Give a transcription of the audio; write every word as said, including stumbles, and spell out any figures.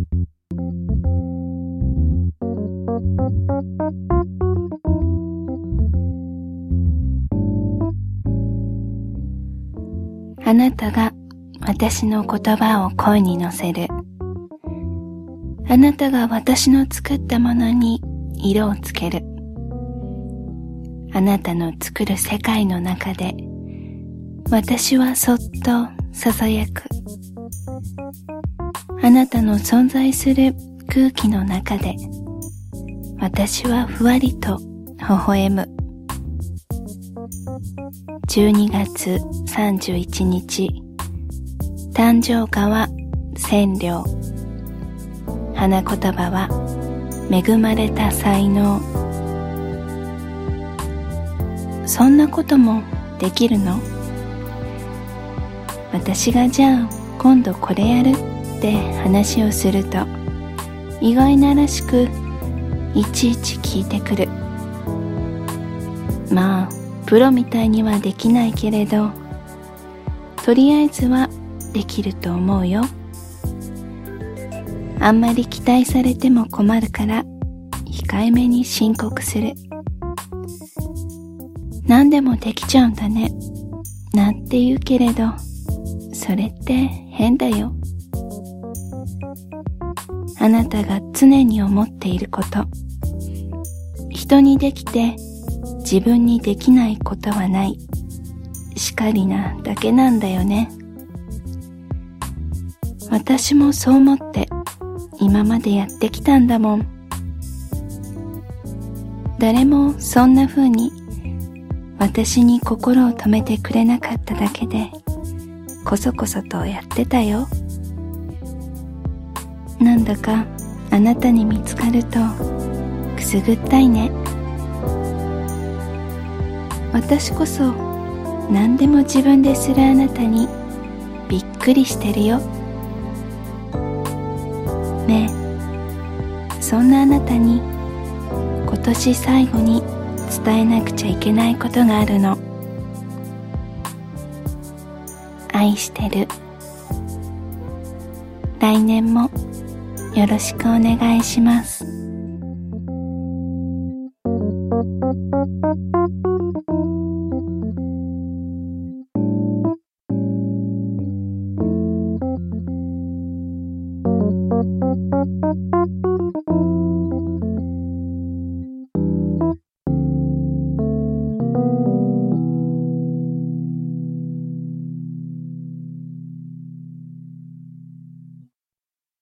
あなたが私の言葉を声に乗せる。あなたが私の作ったものに色をつける。あなたの作る世界の中で私はそっと囁く。あなたの存在する空気の中で私はふわりと微笑む。じゅうにがつさんじゅういちにち、誕生花は千両。花言葉は恵まれた才能。そんなこともできるの？私がじゃあ今度これやるって話をすると意外ならしくいちいち聞いてくる。まあプロみたいにはできないけれど、とりあえずはできると思うよ。あんまり期待されても困るから控えめに申告する。何でもできちゃうんだねなんて言うけれど、それって変だよ。あなたが常に思っていること、人にできて自分にできないことはない、しかりなだけなんだよね。私もそう思って今までやってきたんだもん。誰もそんな風に私に心を止めてくれなかっただけでこそこそとやってたよ。なんだかあなたに見つかるとくすぐったいね。私こそ何でも自分でするあなたにびっくりしてるよ。ねえ、そんなあなたに今年最後に伝えなくちゃいけないことがあるの。愛してる。来年もよろしくお願いします。